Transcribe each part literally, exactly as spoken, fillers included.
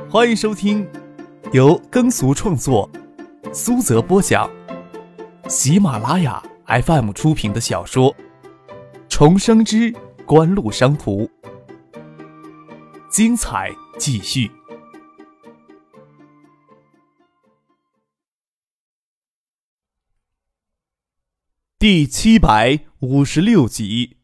欢迎收听由耕俗创作、苏泽播讲、喜马拉雅 F M 出品的小说《重生之官路商途》，精彩继续。第七百五十六集。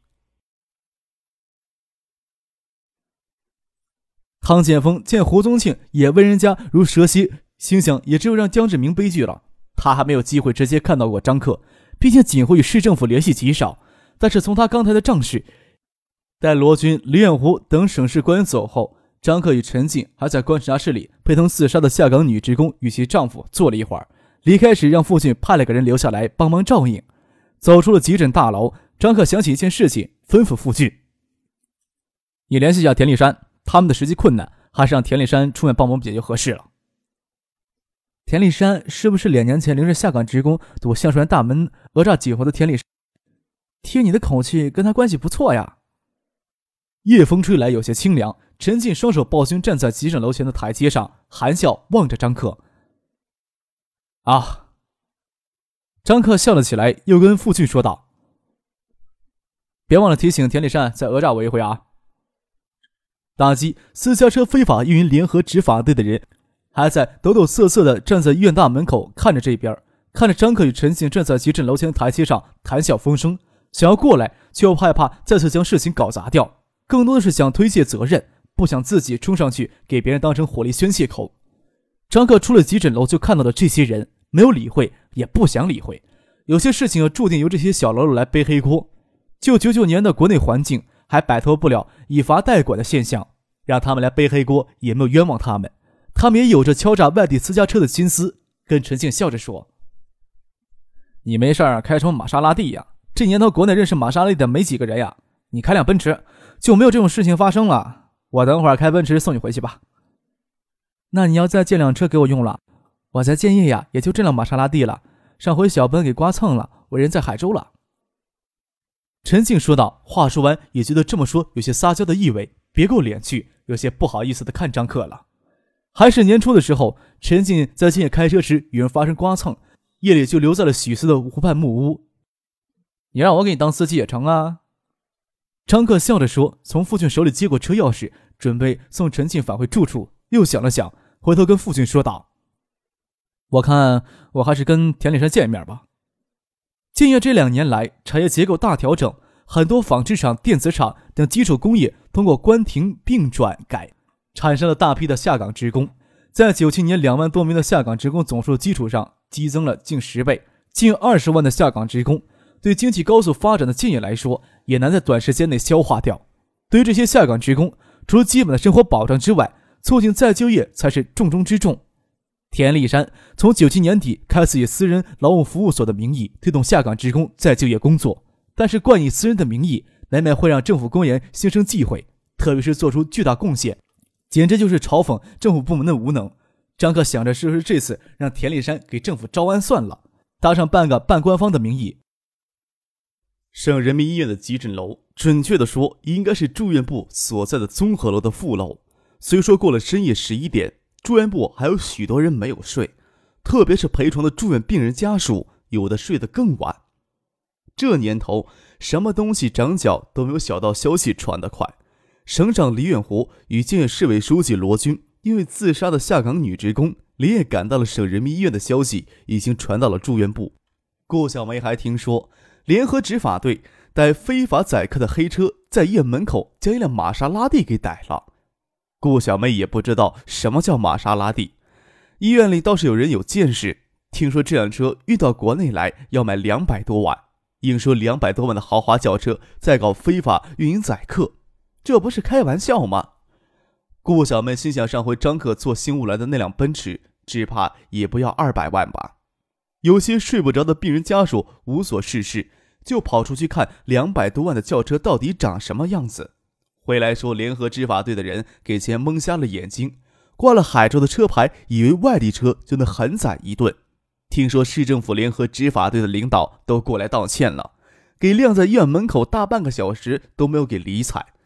汤建峰见胡宗庆也为人家如蛇蝎，心想也只有让江志明悲剧了。他还没有机会直接看到过张克，毕竟锦湖与市政府联系极少。但是从他刚才的仗势，待罗军、李远湖等省市官员走后，张克与陈进还在观察室里陪同自杀的下岗女职工与其丈夫坐了一会儿。离开时让父亲派了个人留下来帮忙照应。走出了急诊大楼，张克想起一件事情，吩咐父亲：你联系一下田立山，他们的实际困难还是让田立山出面帮忙解决合适了。田立山是不是两年前领着下岗职工堵橡树园大门讹诈锦湖的田立山？听你的口气跟他关系不错呀。夜风吹来有些清凉，陈进双手抱胸站在急诊楼前的台阶上，含笑望着张克。啊！张克笑了起来，又跟父亲说道：别忘了提醒田立山再讹诈我一回啊。打击私家车非法运营联合执法队的人还在抖抖瑟瑟地站在医院大门口看着这边，看着张克与陈信站在急诊楼前台阶上谈笑风生，想要过来却又害怕再次将事情搞砸掉，更多的是想推卸责任，不想自己冲上去给别人当成火力宣泄口。张克出了急诊楼就看到了这些人，没有理会，也不想理会。有些事情注定由这些小喽啰来背黑锅。就九九年的国内环境还摆脱不了以罚代管的现象，让他们来背黑锅也没有冤枉他们。他们也有着敲诈外地私家车的心思，跟陈庆笑着说：你没事开什么玛莎拉蒂呀？这年头国内认识玛莎拉蒂的没几个人呀，你开辆奔驰就没有这种事情发生了。我等会儿开奔驰送你回去吧。那你要再借辆车给我用了，我在建业呀也就这辆玛莎拉蒂了，上回小奔给刮蹭了，我人在海州了。陈静说道，话说完也觉得这么说有些撒娇的意味，别过脸去，有些不好意思地看张克了。还是年初的时候，陈静在建业开车时与人发生刮蹭，夜里就留在了许思的湖畔木屋。你让我给你当司机也成啊。张克笑着说，从父亲手里接过车钥匙，准备送陈静返回住处，又想了想，回头跟父亲说道：我看我还是跟田立山见一面吧。建业这两年来产业结构大调整，很多纺织厂、电子厂等基础工业通过关停并转改，产生了大批的下岗职工。在九七年两万多名的下岗职工总数基础上，激增了近十倍，近二十万的下岗职工，对经济高速发展的建业来说，也难在短时间内消化掉。对于这些下岗职工，除了基本的生活保障之外，促进再就业才是重中之重。田立山从九七年底开始以私人劳务服务所的名义推动下岗职工再就业工作，但是惯以私人的名义，难免会让政府官员心生忌讳，特别是做出巨大贡献，简直就是嘲讽政府部门的无能。张克想着是不是这次让田立山给政府招安算了，搭上半个半官方的名义。省人民医院的急诊楼，准确的说应该是住院部所在的综合楼的副楼。虽说过了深夜十一点，住院部还有许多人没有睡，特别是陪床的住院病人家属，有的睡得更晚。这年头，什么东西长脚都没有小道消息传得快。省长李远湖与建业市委书记罗军因为自杀的下岗女职工连夜赶到了省人民医院的消息已经传到了住院部。顾小梅还听说，联合执法队带非法载客的黑车在医院门口将一辆玛莎拉蒂给逮了。顾小梅也不知道什么叫玛莎拉蒂，医院里倒是有人有见识，听说这辆车运到国内来要卖两百多万，硬说两百多万的豪华轿车在搞非法运营载客，这不是开玩笑吗？顾小妹心想，上回张克坐新屋来的那辆奔驰，只怕也不要二百万吧。有些睡不着的病人家属无所事事，就跑出去看两百多万的轿车到底长什么样子。回来说联合执法队的人给钱蒙瞎了眼睛，挂了海州的车牌，以为外地车就能狠宰一顿。听说市政府联合执法队的领导都过来道歉了，给晾在医院门口大半个小时都没有给理睬。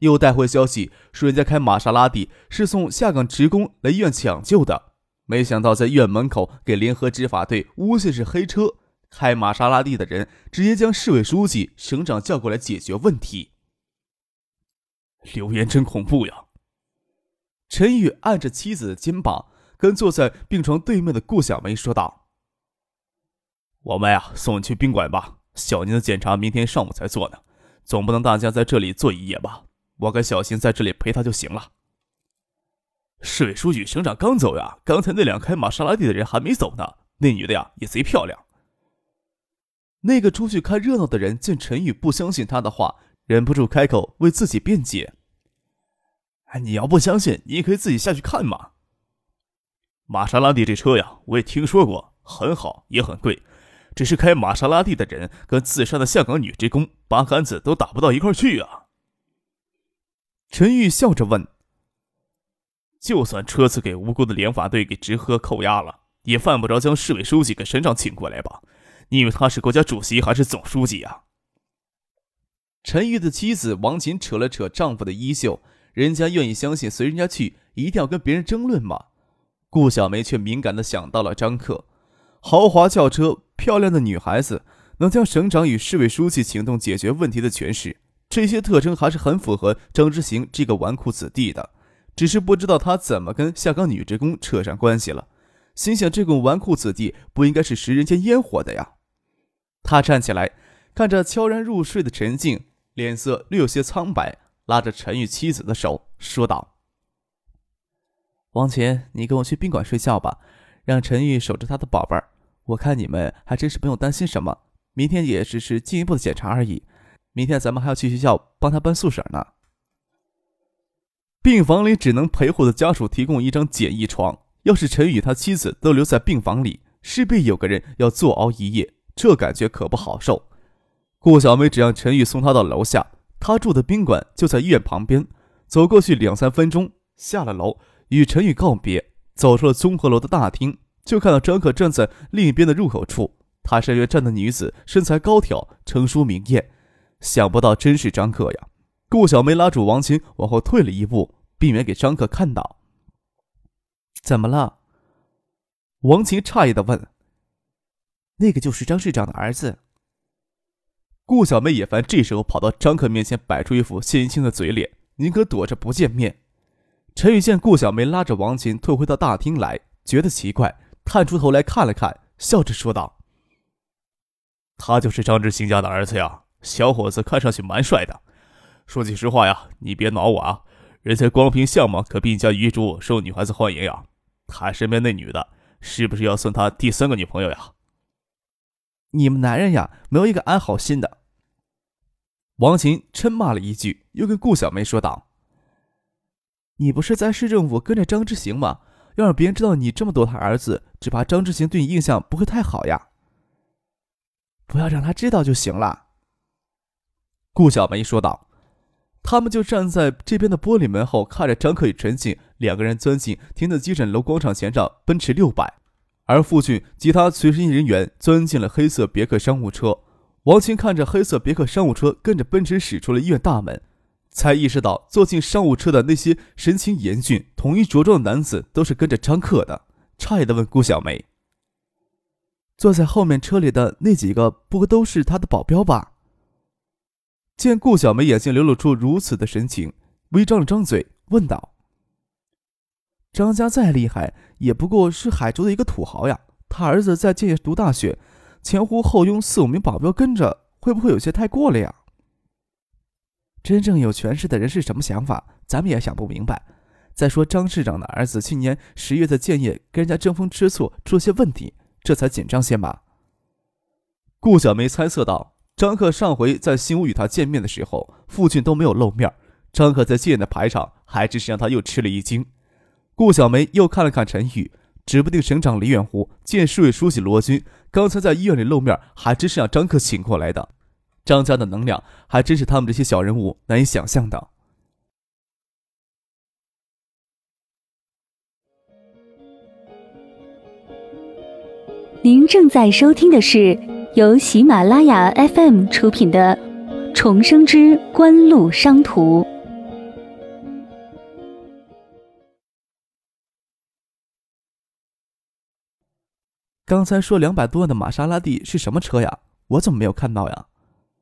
又带回消息说人家开玛莎拉蒂是送下岗职工来医院抢救的，没想到在医院门口给联合执法队诬陷是黑车，开玛莎拉蒂的人直接将市委书记、省长叫过来解决问题。流言真恐怖呀！陈宇按着妻子的肩膀，跟坐在病床对面的顾小梅说道：“我们呀，送你去宾馆吧，小宁的检查明天上午才做呢，总不能大家在这里坐一夜吧？我跟小新在这里陪他就行了。”市委书记、省长刚走呀，刚才那辆开玛莎拉蒂的人还没走呢，那女的呀也贼漂亮。那个出去看热闹的人见陈宇不相信他的话，忍不住开口为自己辩解：“你要不相信，你也可以自己下去看嘛。玛莎拉蒂这车呀，我也听说过，很好，也很贵。只是开玛莎拉蒂的人跟自杀的下岗女职工八竿子都打不到一块去啊。”陈玉笑着问：“就算车子给无辜的联法队给直喝扣押了，也犯不着将市委书记跟省长请过来吧？你以为他是国家主席还是总书记啊？”陈玉的妻子王琴扯了扯丈夫的衣袖，人家愿意相信随人家去，一定要跟别人争论吗？顾小梅却敏感地想到了张克，豪华轿车、漂亮的女孩子，能将省长与市委书记行动解决问题的诠释，这些特征还是很符合张之行这个纨绔子弟的，只是不知道他怎么跟下岗女职工扯上关系了。心想这种纨绔子弟不应该是食人间烟火的呀。他站起来，看着悄然入睡的陈静，脸色略有些苍白，拉着陈玉妻子的手说道：“王琴，你跟我去宾馆睡觉吧，让陈玉守着他的宝贝儿。我看你们还真是不用担心什么，明天也只是进一步的检查而已。明天咱们还要去学校帮他搬宿舍呢。”病房里只能陪护的家属提供一张简易床，要是陈宇他妻子都留在病房里，势必有个人要坐熬一夜，这感觉可不好受。顾小梅只让陈宇送她到楼下，她住的宾馆就在医院旁边，走过去两三分钟，下了楼与陈宇告别，走出了综合楼的大厅，就看到张可站在另一边的入口处。他身边站的女子身材高挑，成熟明艳，想不到真是张可呀。顾小梅拉住王琴往后退了一步，避免给张可看到。怎么了？王琴诧异地问。那个就是张市长的儿子。顾小梅也烦这时候跑到张可面前摆出一副献殷勤的嘴脸，宁可躲着不见面。陈宇见顾小梅拉着王琴退回到大厅来，觉得奇怪，探出头来看了看，笑着说道：“他就是张之行家的儿子呀，小伙子看上去蛮帅的。说句实话呀，你别挠我啊，人家光凭相貌可比你家余主受女孩子欢迎呀。他身边那女的，是不是要算他第三个女朋友呀？”“你们男人呀，没有一个安好心的。”王琴嗔骂了一句，又跟顾小梅说道：“你不是在市政府跟着张之行吗？要让别人知道你这么多他儿子，只怕张之行对你印象不会太好呀。”“不要让他知道就行了。”顾小梅说道。他们就站在这边的玻璃门后，看着张克与陈静两个人钻进停在急诊楼广场前上奔驰六百，而傅俊及他随身人员钻进了黑色别克商务车。王琴看着黑色别克商务车跟着奔驰驶出了医院大门，才意识到坐进商务车的那些神情严峻、统一着装的男子都是跟着张克的，诧异地问顾小梅：“坐在后面车里的那几个不过都是他的保镖吧？”见顾小梅眼睛流露出如此的神情，微张了张嘴问道：“张家再厉害，也不过是海州的一个土豪呀。他儿子在建业读大学，前呼后拥四五名保镖跟着，会不会有些太过了呀？”“真正有权势的人是什么想法，咱们也想不明白。再说张市长的儿子去年十月在建业跟人家争风吃醋，出了些问题，这才紧张些吧。”顾小梅猜测道。张克上回在新屋与他见面的时候，父亲都没有露面，张克在建业的排场还真是让他又吃了一惊。顾小梅又看了看陈宇，指不定省长李远湖见市委书记罗军刚才在医院里露面，还真是让张克请过来的。张家的能量还真是他们这些小人物难以想象的。 您正在收听的是由喜马拉雅 F M 出品的《重生之官路商途》。 刚才说两百多万的玛莎拉蒂是什么车呀？我怎么没有看到呀？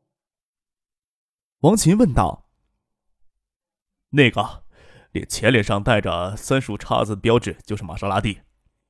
王琴问道。 那个，脸前脸上带着三竖叉子的标志就是玛莎拉蒂。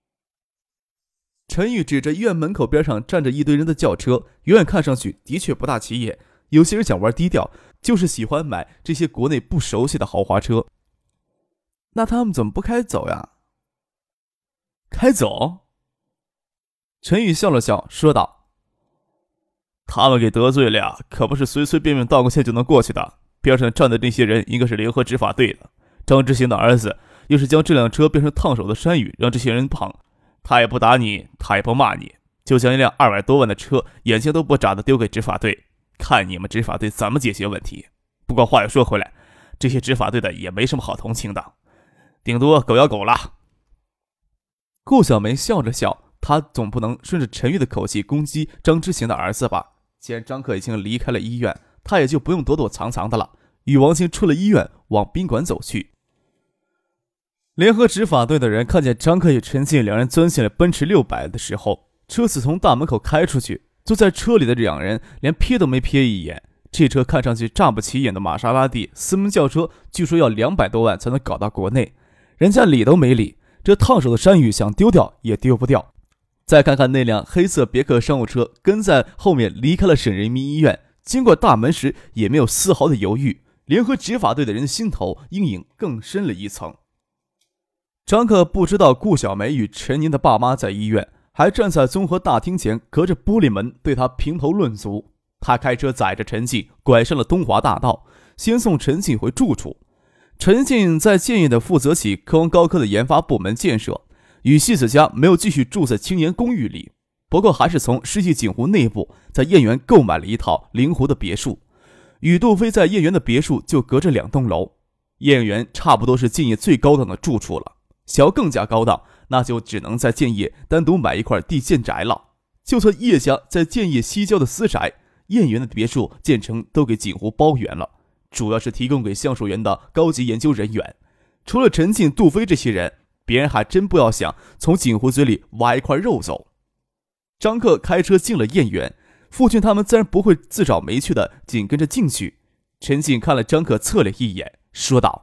陈宇指着医院门口边上站着一堆人的轿车，远远看上去的确不大起眼。有些人想玩低调，就是喜欢买这些国内不熟悉的豪华车。那他们怎么不开走呀？ 开走？ 陈宇笑了笑说道： 他们给得罪了呀，可不是随随便便道个歉就能过去的。边上站的那些人应该是联合执法队的，张之行的儿子又是将这辆车变成烫手的山芋，让这些人捧。他也不打你，他也不骂你，就将一辆二百多万的车眼睛都不眨的丢给执法队，看你们执法队怎么解决问题。不过话又说回来，这些执法队的也没什么好同情的，顶多狗咬狗了。 顾小梅笑着笑，她总不能顺着陈玉的口气攻击张之行的儿子吧？既然张克已经离开了医院，他也就不用躲躲藏藏的了。与王清出了医院，往宾馆走去。联合执法队的人看见张克与陈进两人钻进了奔驰六百的时候，车子从大门口开出去，坐在车里的两人连瞥都没瞥一眼。这车看上去乍不起眼的玛莎拉蒂私门轿车，据说要两百多万才能搞到国内，人家理都没理，这烫手的山芋想丢掉也丢不掉。再看看那辆黑色别克商务车跟在后面离开了省人民医院，经过大门时也没有丝毫的犹豫。联合执法队的人心头阴影更深了一层。张克不知道顾小梅与陈宁的爸妈在医院，还站在综合大厅前隔着玻璃门对他评头论足。他开车载着陈进拐上了东华大道，先送陈进回住处。陈进在建业的负责起科王高科的研发部门建设，与戏子家没有继续住在青年公寓里，不过还是从世纪锦湖内部在燕园购买了一套临湖的别墅。与杜飞在燕园的别墅就隔着两栋楼，燕园差不多是建业最高档的住处了。想要更加高档，那就只能在建业单独买一块地建宅了。就算叶家在建业西郊的私宅，燕园的别墅建成都给锦湖包圆了，主要是提供给橡树园的高级研究人员。除了陈进、杜飞这些人，别人还真不要想从锦湖嘴里挖一块肉走。张克开车进了燕园，父亲他们自然不会自找没趣的紧跟着进去。陈进看了张克侧脸一眼，说道：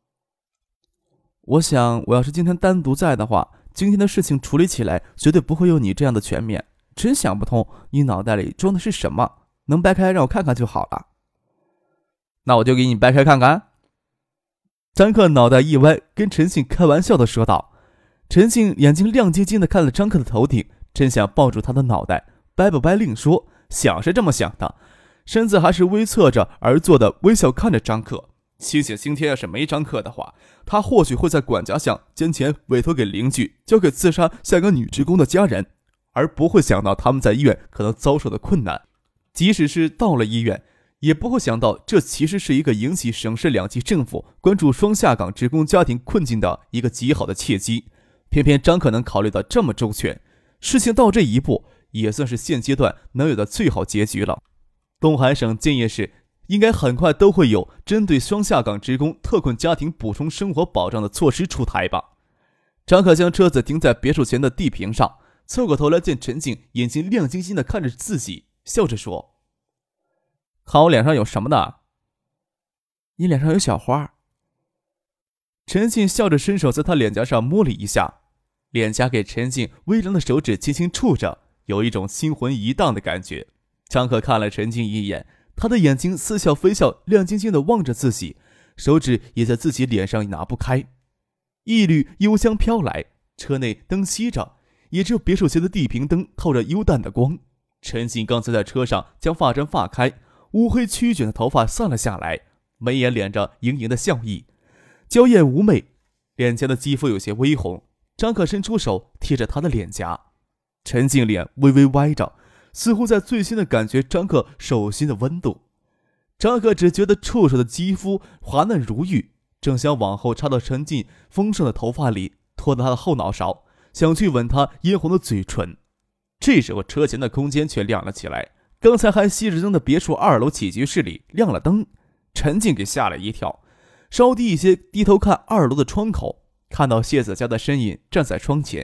我想我要是今天单独在的话，今天的事情处理起来绝对不会有你这样的全面。真想不通你脑袋里装的是什么，能掰开让我看看就好了。那我就给你掰开看看。张克脑袋一歪，跟陈信开玩笑的说道。陈信眼睛亮晶晶的看了张克的头顶，真想抱住他的脑袋，掰不掰另说，想是这么想的，身子还是微侧着而坐的，微笑看着张克。心想今天要是没张克的话，他或许会在管家巷将钱委托给邻居，交给自杀下岗女职工的家人，而不会想到他们在医院可能遭受的困难。即使是到了医院，也不会想到这其实是一个引起省市两级政府关注双下岗职工家庭困境的一个极好的契机。偏偏张克能考虑到这么周全，事情到这一步也算是现阶段能有的最好结局了。东海省建业市应该很快都会有针对双下岗职工特困家庭补充生活保障的措施出台吧。张克将车子停在别墅前的地坪上，凑过头来见陈静眼睛亮晶晶地看着自己，笑着说：看我脸上有什么呢？你脸上有小花。陈静笑着伸手在他脸颊上摸了一下，脸颊给陈静微凉的手指轻轻触着，有一种心魂移荡的感觉。张克看了陈静一眼，他的眼睛似笑非笑，亮晶晶地望着自己，手指也在自己脸上拿不开。一缕幽香飘来，车内灯熄着，也只有别墅前的地坪灯透着幽淡的光。陈静刚才在车上将发簪发开，乌黑曲卷的头发散了下来，眉眼敛着盈盈的笑意，娇艳妩媚，脸颊的肌肤有些微红。张克伸出手贴着她的脸颊，陈静脸微微歪着，似乎在最新的感觉张克手心的温度。张克只觉得触手的肌肤滑嫩如玉，正想往后插到陈静丰盛的头发里，拖到她的后脑勺，想去吻她嫣红的嘴唇。这时候车前的空间却亮了起来，刚才还熄着灯的别墅二楼起居室里亮了灯。陈静给吓了一跳，稍低一些低头看二楼的窗口，看到谢子家的身影站在窗前，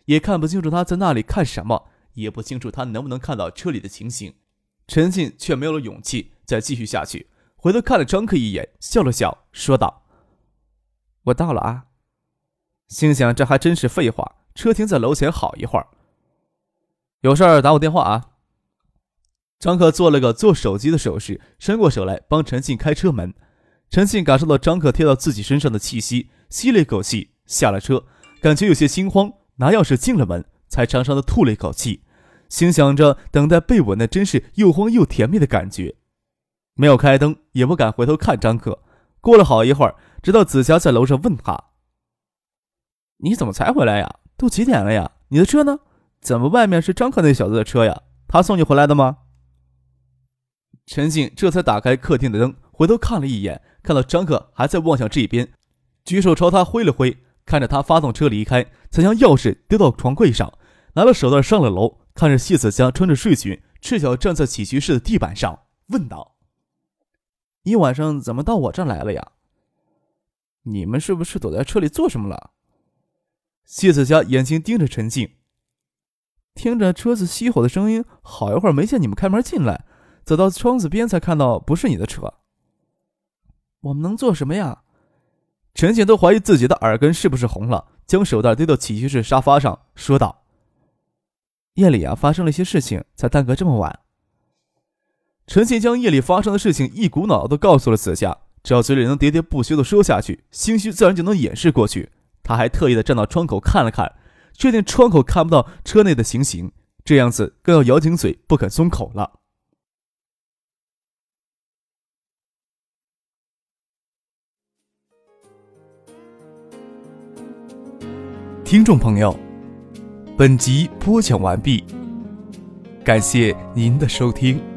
也看不清楚他在那里看什么，也不清楚他能不能看到车里的情形。陈静却没有了勇气再继续下去，回头看了张克一眼，笑了笑，说道：“我到了啊。”心想这还真是废话，车停在楼前好一会儿。有事儿打我电话啊。张克做了个做手机的手势，伸过手来帮陈静开车门。陈静感受到张克贴到自己身上的气息，吸了一口气，下了车，感觉有些心慌，拿钥匙进了门，才长长的吐了一口气，心想着等待被吻的真是又慌又甜蜜的感觉。没有开灯，也不敢回头看张克。过了好一会儿，直到子佳在楼上问他：“你怎么才回来呀？都几点了呀？你的车呢？怎么外面是张克那小子的车呀？他送你回来的吗？”陈静这才打开客厅的灯，回头看了一眼，看到张克还在望向这边，举手朝他挥了挥，看着他发动车离开，才将钥匙丢到床柜上，拿了手缎上了楼，看着谢子佳穿着睡裙赤脚站在起居室的地板上，问道：“你晚上怎么到我这儿来了呀？你们是不是躲在车里做什么了？”谢子佳眼睛盯着陈静，听着车子熄火的声音，好一会儿没见你们开门进来，走到窗子边才看到不是你的车。我们能做什么呀？陈静都怀疑自己的耳根是不是红了，将手袋丢到起居室沙发上，说道：“夜里啊，发生了一些事情，才耽搁这么晚。”陈静将夜里发生的事情一股脑地告诉了子佳，只要嘴里能喋喋不休地说下去，心虚自然就能掩饰过去。他还特意地站到窗口看了看，确定窗口看不到车内的情形，这样子更要咬紧嘴，不肯松口了。听众朋友，本集播讲完毕，感谢您的收听。